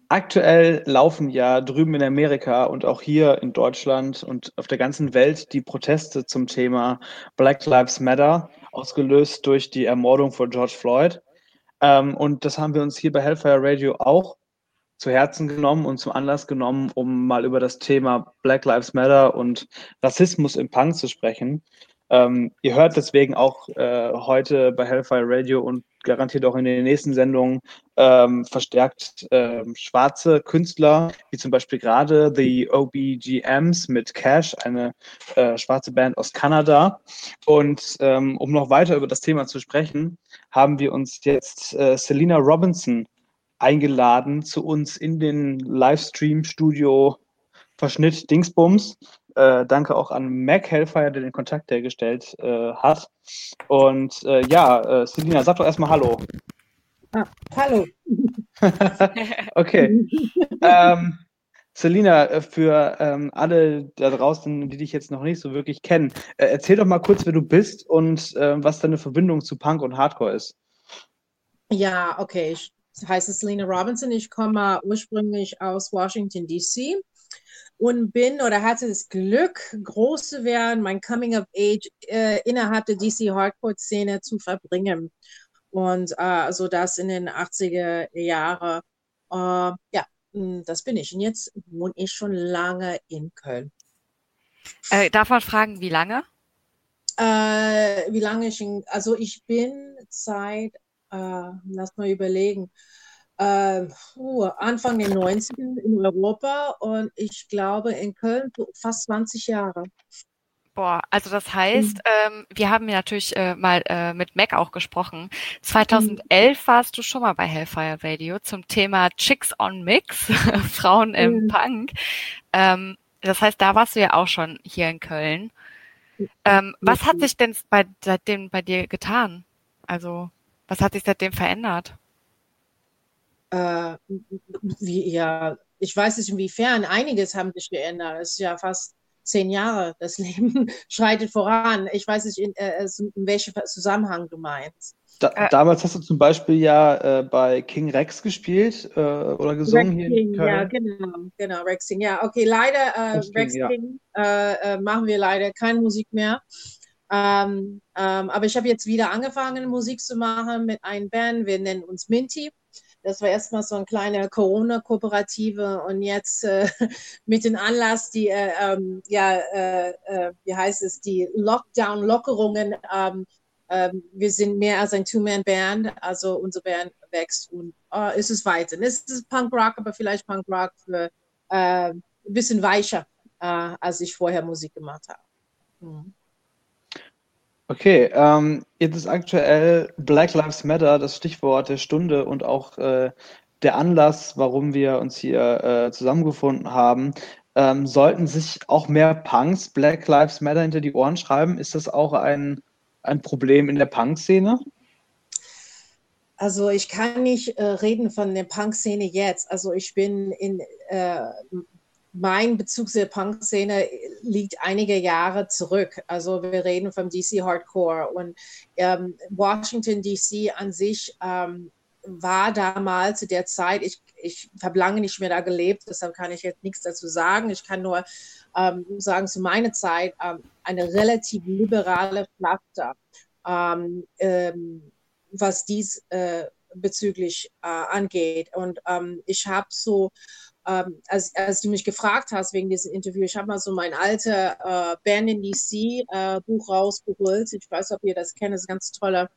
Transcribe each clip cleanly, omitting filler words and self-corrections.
Aktuell laufen ja drüben in Amerika und auch hier in Deutschland und auf der ganzen Welt die Proteste zum Thema Black Lives Matter, ausgelöst durch die Ermordung von George Floyd. Und das haben wir uns hier bei Hellfire Radio auch zu Herzen genommen und zum Anlass genommen, um mal über das Thema Black Lives Matter und Rassismus im Punk zu sprechen. Ihr hört deswegen auch heute bei Hellfire Radio und garantiert auch in den nächsten Sendungen verstärkt schwarze Künstler, wie zum Beispiel gerade The OBGMs mit Cash, eine schwarze Band aus Kanada. Und um noch weiter über das Thema zu sprechen, haben wir uns jetzt Selena Robinson eingeladen zu uns in den Livestream-Studio Verschnitt Dingsbums. Danke auch an Mac Hellfire, der den Kontakt hergestellt hat. Und Selina, sag doch erstmal Hallo. Hallo. Okay. Selina, für alle da draußen, die dich jetzt noch nicht so wirklich kennen, erzähl doch mal kurz, wer du bist und was deine Verbindung zu Punk und Hardcore ist. Ja, okay. Ich heiße Selena Robinson. Ich komme ursprünglich aus Washington, D.C. und bin oder hatte das Glück, groß zu werden, mein Coming of Age innerhalb der DC Hardcore-Szene zu verbringen. Und so das in den 80er Jahren. Ja, das bin ich. Und jetzt wohne ich schon lange in Köln. Darf man fragen, wie lange? Wie lange also ich bin seit, lass mal überlegen, Anfang der 90er in Europa und ich glaube in Köln fast 20 Jahre. Boah, also das heißt, wir haben ja natürlich mal mit Mac auch gesprochen. 2011 warst du schon mal bei Hellfire Radio zum Thema Chicks on Mix, Frauen im Punk. Das heißt, da warst du ja auch schon hier in Köln. Was hat sich denn seitdem bei dir getan? Also, was hat sich seitdem verändert? Ich weiß nicht inwiefern, einiges haben sich geändert. Es ist ja fast 10 Jahre, das Leben schreitet voran. Ich weiß nicht, in welchem Zusammenhang du meinst. Damals hast du zum Beispiel ja bei King Rex gespielt oder gesungen Rex hier King, in Köln. Ja, genau, Rex King. Ja, okay, leider Rex King machen wir leider keine Musik mehr. Aber ich habe jetzt wieder angefangen, Musik zu machen mit einer Band. Wir nennen uns Minty. Das war erstmal so eine kleine Corona-Kooperative und jetzt mit dem Anlass, wie heißt es, die Lockdown-Lockerungen. Wir sind mehr als ein Two-Man-Band, also unsere Band wächst und ist es weiter. Es ist Punk-Rock, aber vielleicht Punk-Rock für ein bisschen weicher, als ich vorher Musik gemacht habe. Mhm. Okay, jetzt ist aktuell Black Lives Matter das Stichwort der Stunde und auch der Anlass, warum wir uns hier zusammengefunden haben. Sollten sich auch mehr Punks Black Lives Matter hinter die Ohren schreiben? Ist das auch ein Problem in der Punk-Szene? Also ich kann nicht reden von der Punk-Szene jetzt. Also ich bin mein Bezug zur Punk-Szene liegt einige Jahre zurück. Also wir reden vom DC Hardcore und Washington DC an sich war damals zu der Zeit, ich habe lange nicht mehr da gelebt, deshalb kann ich jetzt nichts dazu sagen. Ich kann nur sagen, zu meiner Zeit eine relativ liberale Pflaster, was dies bezüglich angeht. Und ich habe so als du mich gefragt hast wegen diesem Interview, ich habe mal so mein altes Band in DC Buch rausgeholt. Ich weiß, ob ihr das kennt, das ist ein ganz toller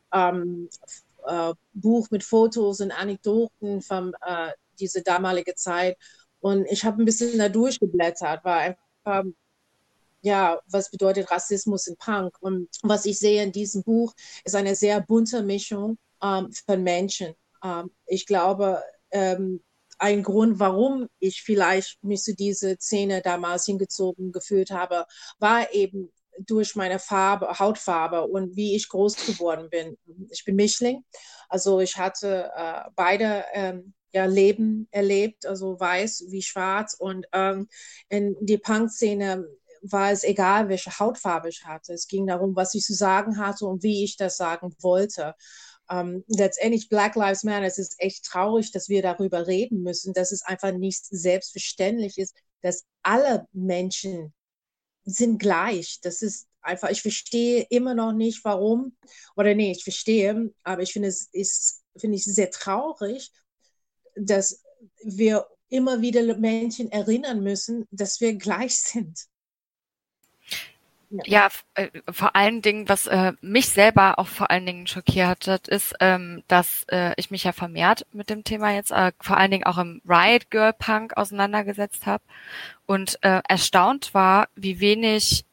Buch mit Fotos und Anekdoten von dieser damalige Zeit. Und ich habe ein bisschen da durchgeblättert, war einfach, ja, was bedeutet Rassismus in Punk? Und was ich sehe in diesem Buch, ist eine sehr bunte Mischung von Menschen. Ich glaube, ein Grund, warum ich vielleicht mich zu dieser Szene damals hingezogen gefühlt habe, war eben durch meine Farbe, Hautfarbe und wie ich groß geworden bin. Ich bin Mischling, also ich hatte beide Leben erlebt, also weiß wie schwarz und in die Punk-Szene war es egal, welche Hautfarbe ich hatte. Es ging darum, was ich zu sagen hatte und wie ich das sagen wollte. letztendlich Black Lives Matter, es ist echt traurig, dass wir darüber reden müssen, dass es einfach nicht selbstverständlich ist, dass alle Menschen sind gleich. Das ist einfach, ich verstehe immer noch nicht, warum, oder nee, ich verstehe, aber ich finde finde ich sehr traurig, dass wir immer wieder Menschen erinnern müssen, dass wir gleich sind. Ja, vor allen Dingen, was mich selber auch vor allen Dingen schockiert hat, ist, dass ich mich ja vermehrt mit dem Thema jetzt vor allen Dingen auch im Riot Girl Punk auseinandergesetzt habe und erstaunt war, wie wenig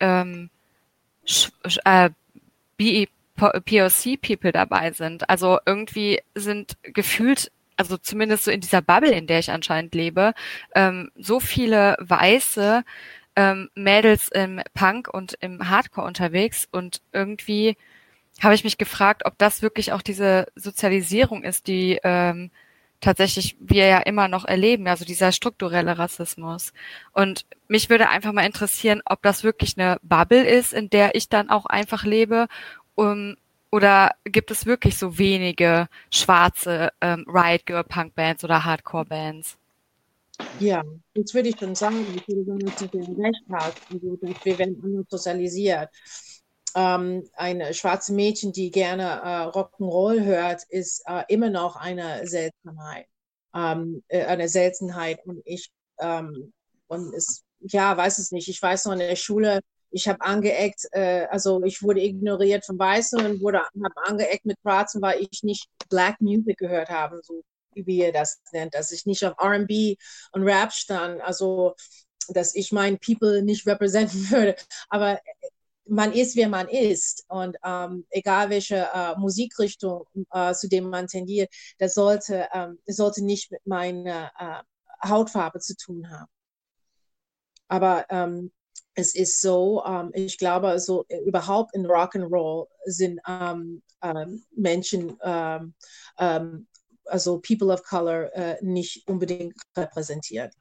POC-People dabei sind. Also irgendwie sind gefühlt, also zumindest so in dieser Bubble, in der ich anscheinend lebe, so viele weiße Mädels im Punk und im Hardcore unterwegs und irgendwie habe ich mich gefragt, ob das wirklich auch diese Sozialisierung ist, die tatsächlich wir ja immer noch erleben, also dieser strukturelle Rassismus. Und mich würde einfach mal interessieren, ob das wirklich eine Bubble ist, in der ich dann auch einfach lebe, oder gibt es wirklich so wenige schwarze Riot Girl Punk Bands oder Hardcore Bands? Ja, das würde ich schon sagen. Ich würde sagen, dass du recht hast. Also, dass wir werden anders sozialisiert. Ein schwarzes Mädchen, die gerne Rock'n'Roll hört, ist immer noch eine Seltenheit. Und und es, ja, weiß es nicht. Ich weiß noch in der Schule, ich habe angeeckt, also ich wurde ignoriert von Weißen und habe angeeckt mit Schwarzen, weil ich nicht Black Music gehört habe, so wie ihr das nennt, dass ich nicht auf R&B und Rap stand, also dass ich meinen People nicht repräsentieren würde. Aber man ist, wer man ist. Und egal welche Musikrichtung, zu dem man tendiert, das sollte nicht mit meiner Hautfarbe zu tun haben. Aber es ist so, ich glaube, so überhaupt in Rock'n'Roll sind Menschen, also People of Color, nicht unbedingt repräsentiert.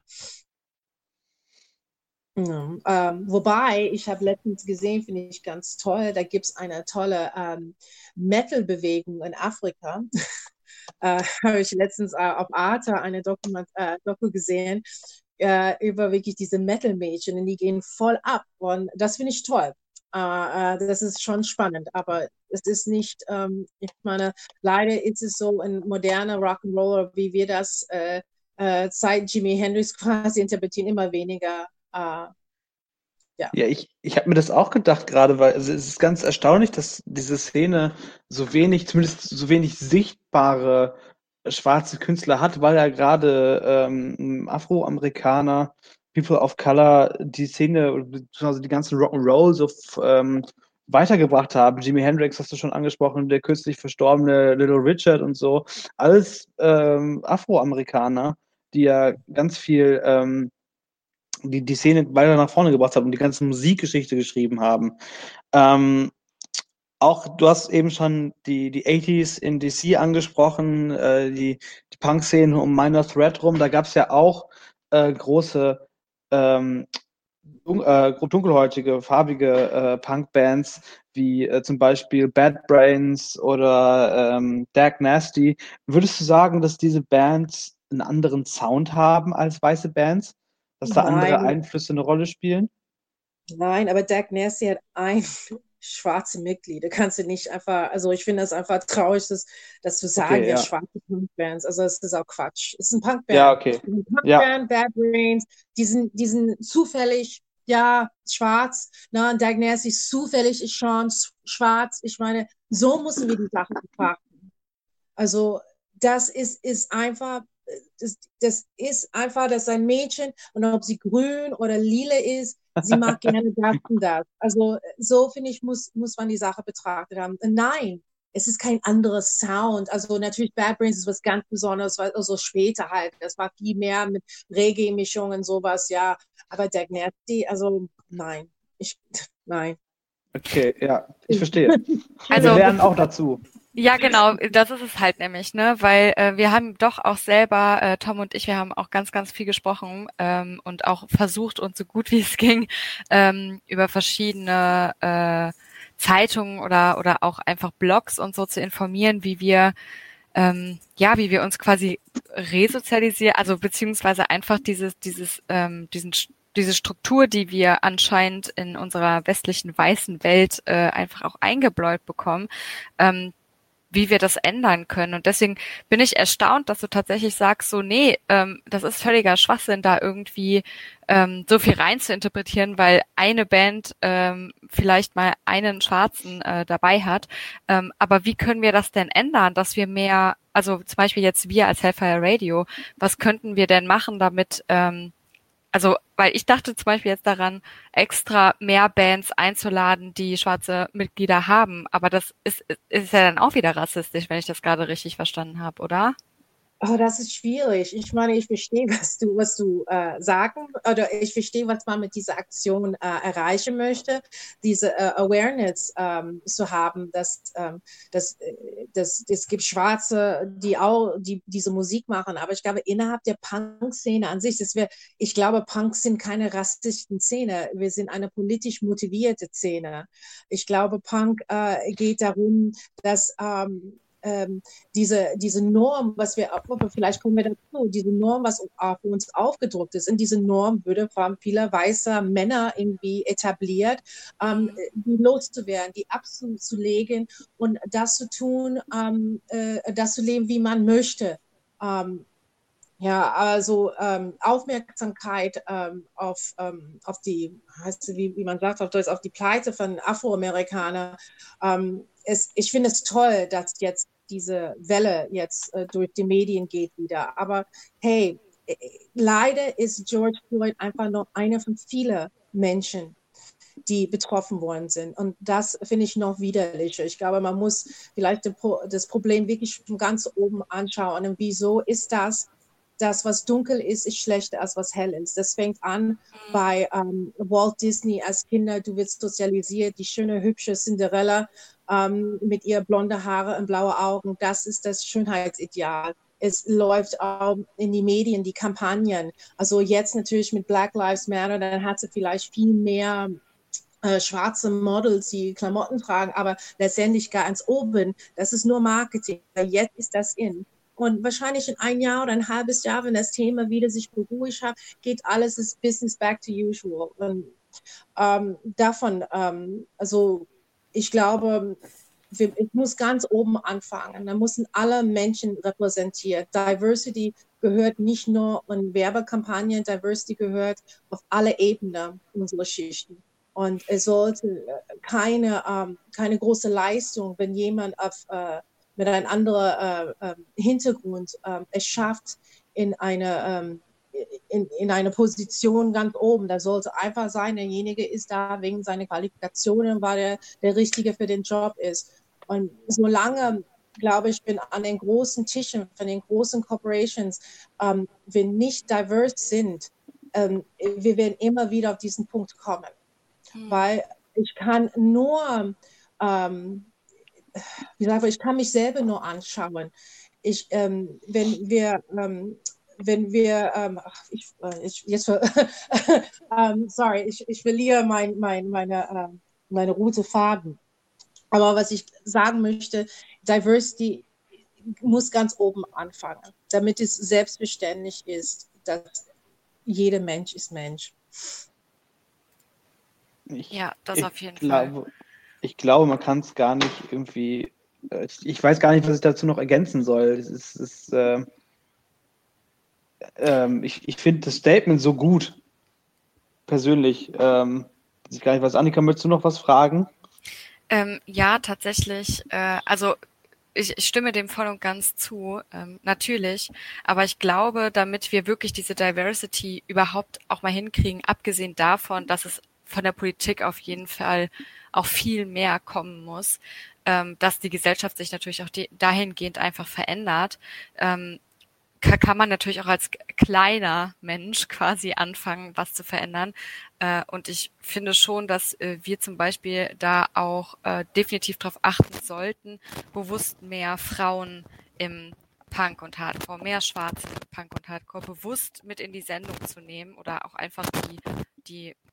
Ja, wobei, ich habe letztens gesehen, finde ich ganz toll, da gibt es eine tolle Metal-Bewegung in Afrika. Habe ich letztens auf Arte eine Doku gesehen über wirklich diese Metal-Mädchen und die gehen voll ab und das finde ich toll. Das ist schon spannend, aber es ist nicht, ich meine, leider ist es so ein moderner Rock'n'Roller, wie wir das seit Jimi Hendrix quasi interpretieren, immer weniger. Ja. Ja, ich habe mir das auch gedacht gerade, weil es ist ganz erstaunlich, dass diese Szene so wenig, zumindest so wenig sichtbare schwarze Künstler hat, weil ja gerade Afroamerikaner, People of Color die Szene, beziehungsweise die ganzen Rock'n'Roll so weitergebracht haben. Jimi Hendrix hast du schon angesprochen, der kürzlich verstorbene Little Richard und so. Alles Afroamerikaner, die ja ganz viel die Szene weiter nach vorne gebracht haben und die ganze Musikgeschichte geschrieben haben. Auch du hast eben schon die 80s in DC angesprochen, die Punk-Szene um Minor Threat rum. Da gab es ja auch große dunkelhäutige, farbige Punk-Bands wie zum Beispiel Bad Brains oder Dag Nasty. Würdest du sagen, dass diese Bands einen anderen Sound haben als weiße Bands? Dass da andere Nein, Einflüsse eine Rolle spielen? nein, aber Dag Nasty hat ein schwarze Mitglied. Da kannst du nicht einfach, also ich finde das einfach traurig, das zu sagen, Okay, ja, ja. schwarze Punkbands. Also es ist auch Quatsch. Es ist ein Ja, Punkband. okay. Eine Ja, Punkband, Bad Brains, die sind zufällig, ja, schwarz. Na, und Dag Nasty ist zufällig, ist schon schwarz. Ich meine, so müssen wir die Sache betrachten. Also das ist einfach, das ist einfach, dass ein Mädchen, und ob sie grün oder lila ist, sie mag gerne das und das. Also so finde ich, muss man die Sache betrachtet haben. Nein, es ist kein anderer Sound. Also natürlich Bad Brains ist was ganz Besonderes, also später halt. Das war viel mehr mit Reggae-Mischungen, sowas, ja. Aber Dag Nasty, also nein. Nein. okay, ja, ich verstehe. Also Wir lernen auch dazu. ja, genau, das ist es halt nämlich, ne? Weil wir haben doch auch selber, Tom und ich, wir haben auch ganz, ganz viel gesprochen und auch versucht, uns so gut wie es ging, über verschiedene Zeitungen oder auch einfach Blogs und so zu informieren, wie wir uns quasi resozialisieren, also beziehungsweise einfach diese Struktur, die wir anscheinend in unserer westlichen weißen Welt einfach auch eingebläut bekommen, wie wir das ändern können. Und deswegen bin ich erstaunt, dass du tatsächlich sagst, so, nee, das ist völliger Schwachsinn, da irgendwie so viel rein zu interpretieren, weil eine Band vielleicht mal einen Schwarzen dabei hat. Aber wie können wir das denn ändern, dass wir mehr, also zum Beispiel jetzt wir als Hellfire Radio, was könnten wir denn machen, damit also, weil ich dachte zum Beispiel jetzt daran, extra mehr Bands einzuladen, die schwarze Mitglieder haben. Aber das ist ja dann auch wieder rassistisch, wenn ich das gerade richtig verstanden habe, oder? Oh, das ist schwierig. Ich meine, ich verstehe, was du sagen, oder ich verstehe, was man mit dieser Aktion erreichen möchte, diese Awareness zu haben, dass es gibt Schwarze, die diese Musik machen. Aber ich glaube, innerhalb der Punk-Szene an sich, ich glaube, Punks sind keine rassistischen Szene. Wir sind eine politisch motivierte Szene. Ich glaube, Punk geht darum, dass diese Norm, vielleicht kommen wir dazu, diese Norm, was für uns aufgedruckt ist, und diese Norm würde von vieler weißer Männer irgendwie etabliert, die loszuwerden, die abzulegen und das zu tun, das zu leben, wie man möchte. Ja, also Aufmerksamkeit auf die, heißt wie man sagt auf die Pleite von Afroamerikanern. Ich finde es toll, dass jetzt diese Welle jetzt durch die Medien geht wieder. Aber hey, leider ist George Floyd einfach nur einer von vielen Menschen, die betroffen worden sind. Und das finde ich noch widerlicher. Ich glaube, man muss vielleicht das Problem wirklich von ganz oben anschauen. Und wieso ist das, was dunkel ist, ist schlechter als was hell ist. Das fängt an bei Walt Disney als Kinder. Du wirst sozialisiert, die schöne, hübsche Cinderella mit ihr blonde Haare und blaue Augen. Das ist das Schönheitsideal. Es läuft in die Medien, die Kampagnen. Also jetzt natürlich mit Black Lives Matter, dann hat sie vielleicht viel mehr schwarze Models, die Klamotten tragen, aber letztendlich ganz oben, das ist nur Marketing. Jetzt ist das in. Und wahrscheinlich in ein Jahr oder ein halbes Jahr, wenn das Thema wieder sich beruhigt hat, geht alles das Business back to usual. Und also ich glaube, ich muss ganz oben anfangen. Da müssen alle Menschen repräsentiert. Diversity gehört nicht nur in Werbekampagnen, Diversity gehört auf alle Ebenen unserer Schichten. Und es sollte keine große Leistung, wenn jemand mit einem anderen Hintergrund es schafft, in eine Position ganz oben. Da sollte einfach sein, derjenige ist da wegen seiner Qualifikationen, weil der Richtige für den Job ist. Und solange, glaube ich, bin an den großen Tischen von den großen Corporations, wir nicht diverse sind, wir werden immer wieder auf diesen Punkt kommen. Weil ich kann nur, ich kann mich selber nur anschauen. Ich verliere meine rote Faden. Aber was ich sagen möchte, Diversity muss ganz oben anfangen, damit es selbstverständlich ist, dass jeder Mensch ist Mensch. Ja, das auf jeden Fall. Ich glaube, man kann es gar nicht irgendwie, ich weiß gar nicht, was ich dazu noch ergänzen soll. Ich finde das Statement so gut, persönlich. Ich gar nicht was. Annika, möchtest du noch was fragen? Ja, tatsächlich. Also ich stimme dem voll und ganz zu, natürlich. Aber ich glaube, damit wir wirklich diese Diversity überhaupt auch mal hinkriegen, abgesehen davon, dass es von der Politik auf jeden Fall auch viel mehr kommen muss, dass die Gesellschaft sich natürlich auch dahingehend einfach verändert, kann man natürlich auch als kleiner Mensch quasi anfangen, was zu verändern. Und ich finde schon, dass wir zum Beispiel da auch definitiv darauf achten sollten, bewusst mehr Frauen im Punk und Hardcore, mehr Schwarze im Punk und Hardcore bewusst mit in die Sendung zu nehmen oder auch einfach die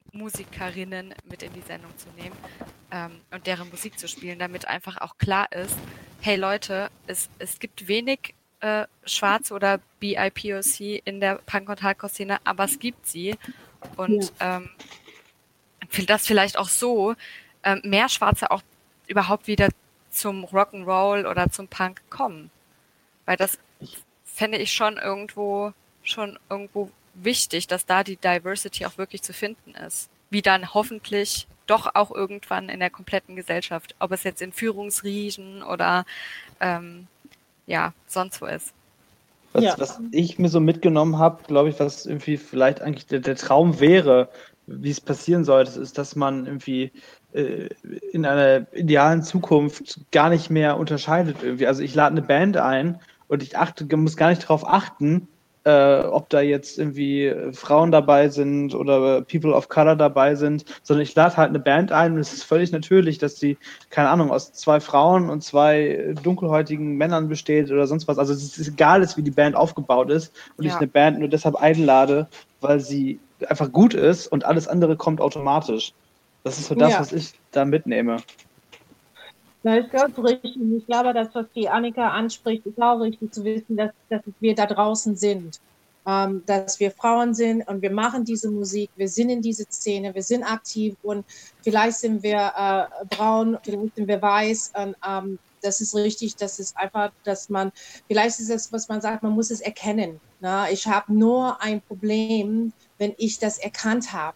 Musikerinnen mit in die Sendung zu nehmen und deren Musik zu spielen, damit einfach auch klar ist, hey Leute, es gibt wenig Schwarze oder BIPOC in der Punk- und Hardcore-Szene, aber es gibt sie. Und das vielleicht auch so mehr Schwarze auch überhaupt wieder zum Rock'n'Roll oder zum Punk kommen. Weil das fände ich schon irgendwo wichtig, dass da die Diversity auch wirklich zu finden ist. Wie dann hoffentlich doch auch irgendwann in der kompletten Gesellschaft, ob es jetzt in Führungsriegen oder sonst wo ist. Was ich mir so mitgenommen habe, glaube ich, was irgendwie vielleicht eigentlich der Traum wäre, wie es passieren sollte, ist, dass man irgendwie in einer idealen Zukunft gar nicht mehr unterscheidet irgendwie. Also ich lade eine Band ein und ich muss gar nicht darauf achten, ob da jetzt irgendwie Frauen dabei sind oder People of Color dabei sind, sondern ich lade halt eine Band ein und es ist völlig natürlich, dass die, keine Ahnung, aus 2 Frauen und 2 dunkelhäutigen Männern besteht oder sonst was. Also es ist egal, wie die Band aufgebaut ist und ich eine Band nur deshalb einlade, weil sie einfach gut ist und alles andere kommt automatisch. Das ist so das, was ich da mitnehme. Das ist ganz richtig. Ich glaube, das, was die Annika anspricht, ist auch richtig zu wissen, dass wir da draußen sind. Dass wir Frauen sind und wir machen diese Musik, wir sind in diese Szene, wir sind aktiv und vielleicht sind wir braun, vielleicht sind wir weiß. Und, das ist richtig, das ist einfach, vielleicht ist es, was man sagt, man muss es erkennen. Na? Ich habe nur ein Problem, wenn ich das erkannt habe.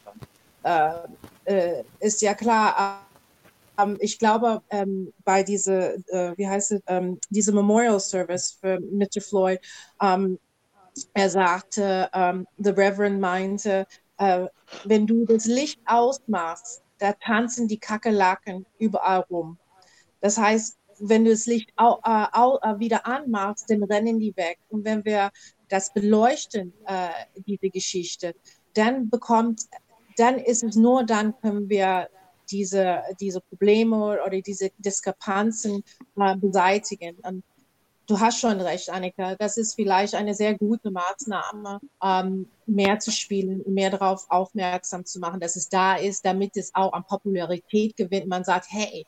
Ist ja klar. Ich glaube, bei diese Memorial Service für Mr. Floyd, er sagte, the Reverend meinte, wenn du das Licht ausmachst, da tanzen die Kakerlaken überall rum. Das heißt, wenn du das Licht wieder anmachst, dann rennen die weg. Und wenn wir das beleuchten, diese Geschichte, dann ist es nur, dann können wir diese Probleme oder diese Diskrepanzen beseitigen. Und du hast schon recht, Annika. Das ist vielleicht eine sehr gute Maßnahme, mehr zu spielen, mehr darauf aufmerksam zu machen, dass es da ist, damit es auch an Popularität gewinnt. Man sagt, hey,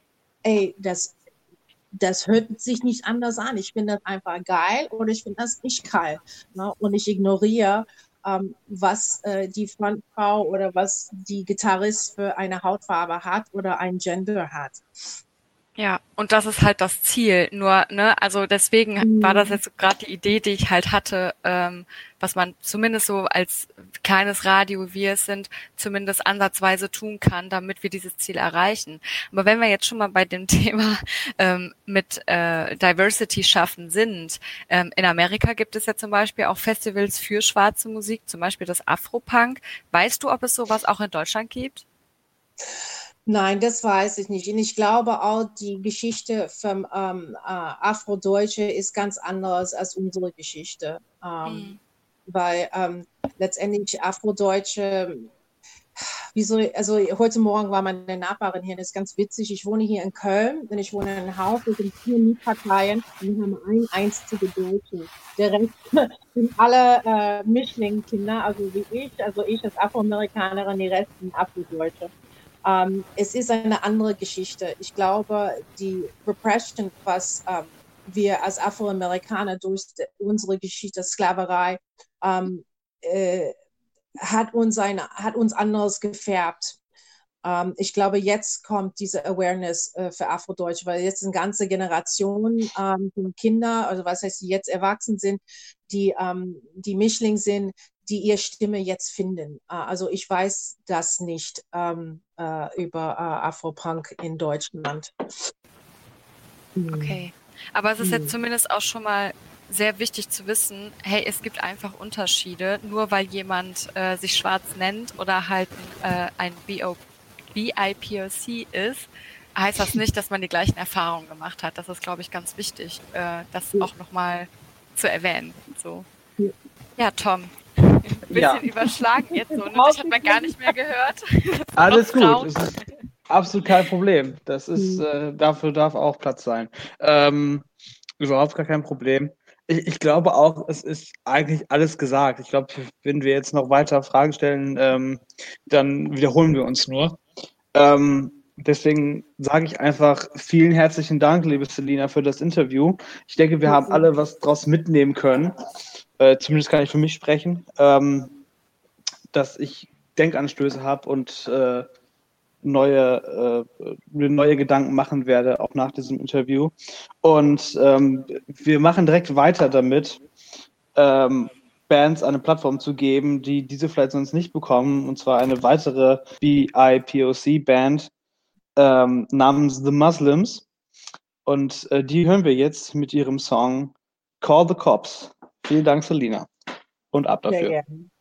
das hört sich nicht anders an. Ich finde das einfach geil oder ich finde das nicht geil. Ne? Und ich ignoriere, was die Frontfrau oder was die Gitarrist für eine Hautfarbe hat oder ein Gender hat. Ja, und das ist halt das Ziel. Nur, ne, also deswegen war das jetzt gerade die Idee, die ich halt hatte, was man zumindest so als kleines Radio, wie wir es sind, zumindest ansatzweise tun kann, damit wir dieses Ziel erreichen. Aber wenn wir jetzt schon mal bei dem Thema mit Diversity schaffen sind, in Amerika gibt es ja zum Beispiel auch Festivals für schwarze Musik, zum Beispiel das Afropunk. Weißt du, ob es sowas auch in Deutschland gibt? Nein, das weiß ich nicht. Und ich glaube auch, die Geschichte vom Afrodeutsche ist ganz anders als unsere Geschichte. Weil letztendlich Afrodeutsche, also heute Morgen war meine Nachbarin hier, das ist ganz witzig. Ich wohne hier in Köln und ich wohne in einem Haus, wir sind 4 Mietparteien und wir haben ein einzige Deutsche. Der Rest sind alle Mischlingkinder, also wie ich, also ich als Afroamerikanerin, die Rest sind Afrodeutsche. Es ist eine andere Geschichte. Ich glaube, die Repression, was wir als Afroamerikaner durch unsere Geschichte Sklaverei hat uns anders gefärbt. Ich glaube, jetzt kommt diese Awareness für Afrodeutsche, weil jetzt eine ganze Generation von Kindern, also was heißt, die jetzt erwachsen sind, die Mischling sind, die ihre Stimme jetzt finden. Also ich weiß das nicht über Afropunk in Deutschland. Okay, aber es ist jetzt zumindest auch schon mal sehr wichtig zu wissen, hey, es gibt einfach Unterschiede, nur weil jemand sich schwarz nennt oder halt ein BIPOC ist, heißt das nicht, dass man die gleichen Erfahrungen gemacht hat. Das ist, glaube ich, ganz wichtig, das auch nochmal zu erwähnen. So. Ja, Tom, ein bisschen überschlagen jetzt so, ne? Ich habe man gar nicht mehr gehört. Alles gut, es ist absolut kein Problem. Das ist, dafür darf auch Platz sein. Überhaupt gar kein Problem. Ich glaube auch, es ist eigentlich alles gesagt. Ich glaube, wenn wir jetzt noch weiter Fragen stellen, dann wiederholen wir uns nur. Deswegen sage ich einfach vielen herzlichen Dank, liebe Selina, für das Interview. Ich denke, wir haben alle was draus mitnehmen können. Zumindest kann ich für mich sprechen, dass ich Denkanstöße habe und neue Gedanken machen werde, auch nach diesem Interview. Und wir machen direkt weiter damit, Bands eine Plattform zu geben, die diese vielleicht sonst nicht bekommen, und zwar eine weitere BIPOC-Band namens The Muslims. Und die hören wir jetzt mit ihrem Song Call the Cops. Vielen Dank, Selina. Und ab dafür. Sehr gerne.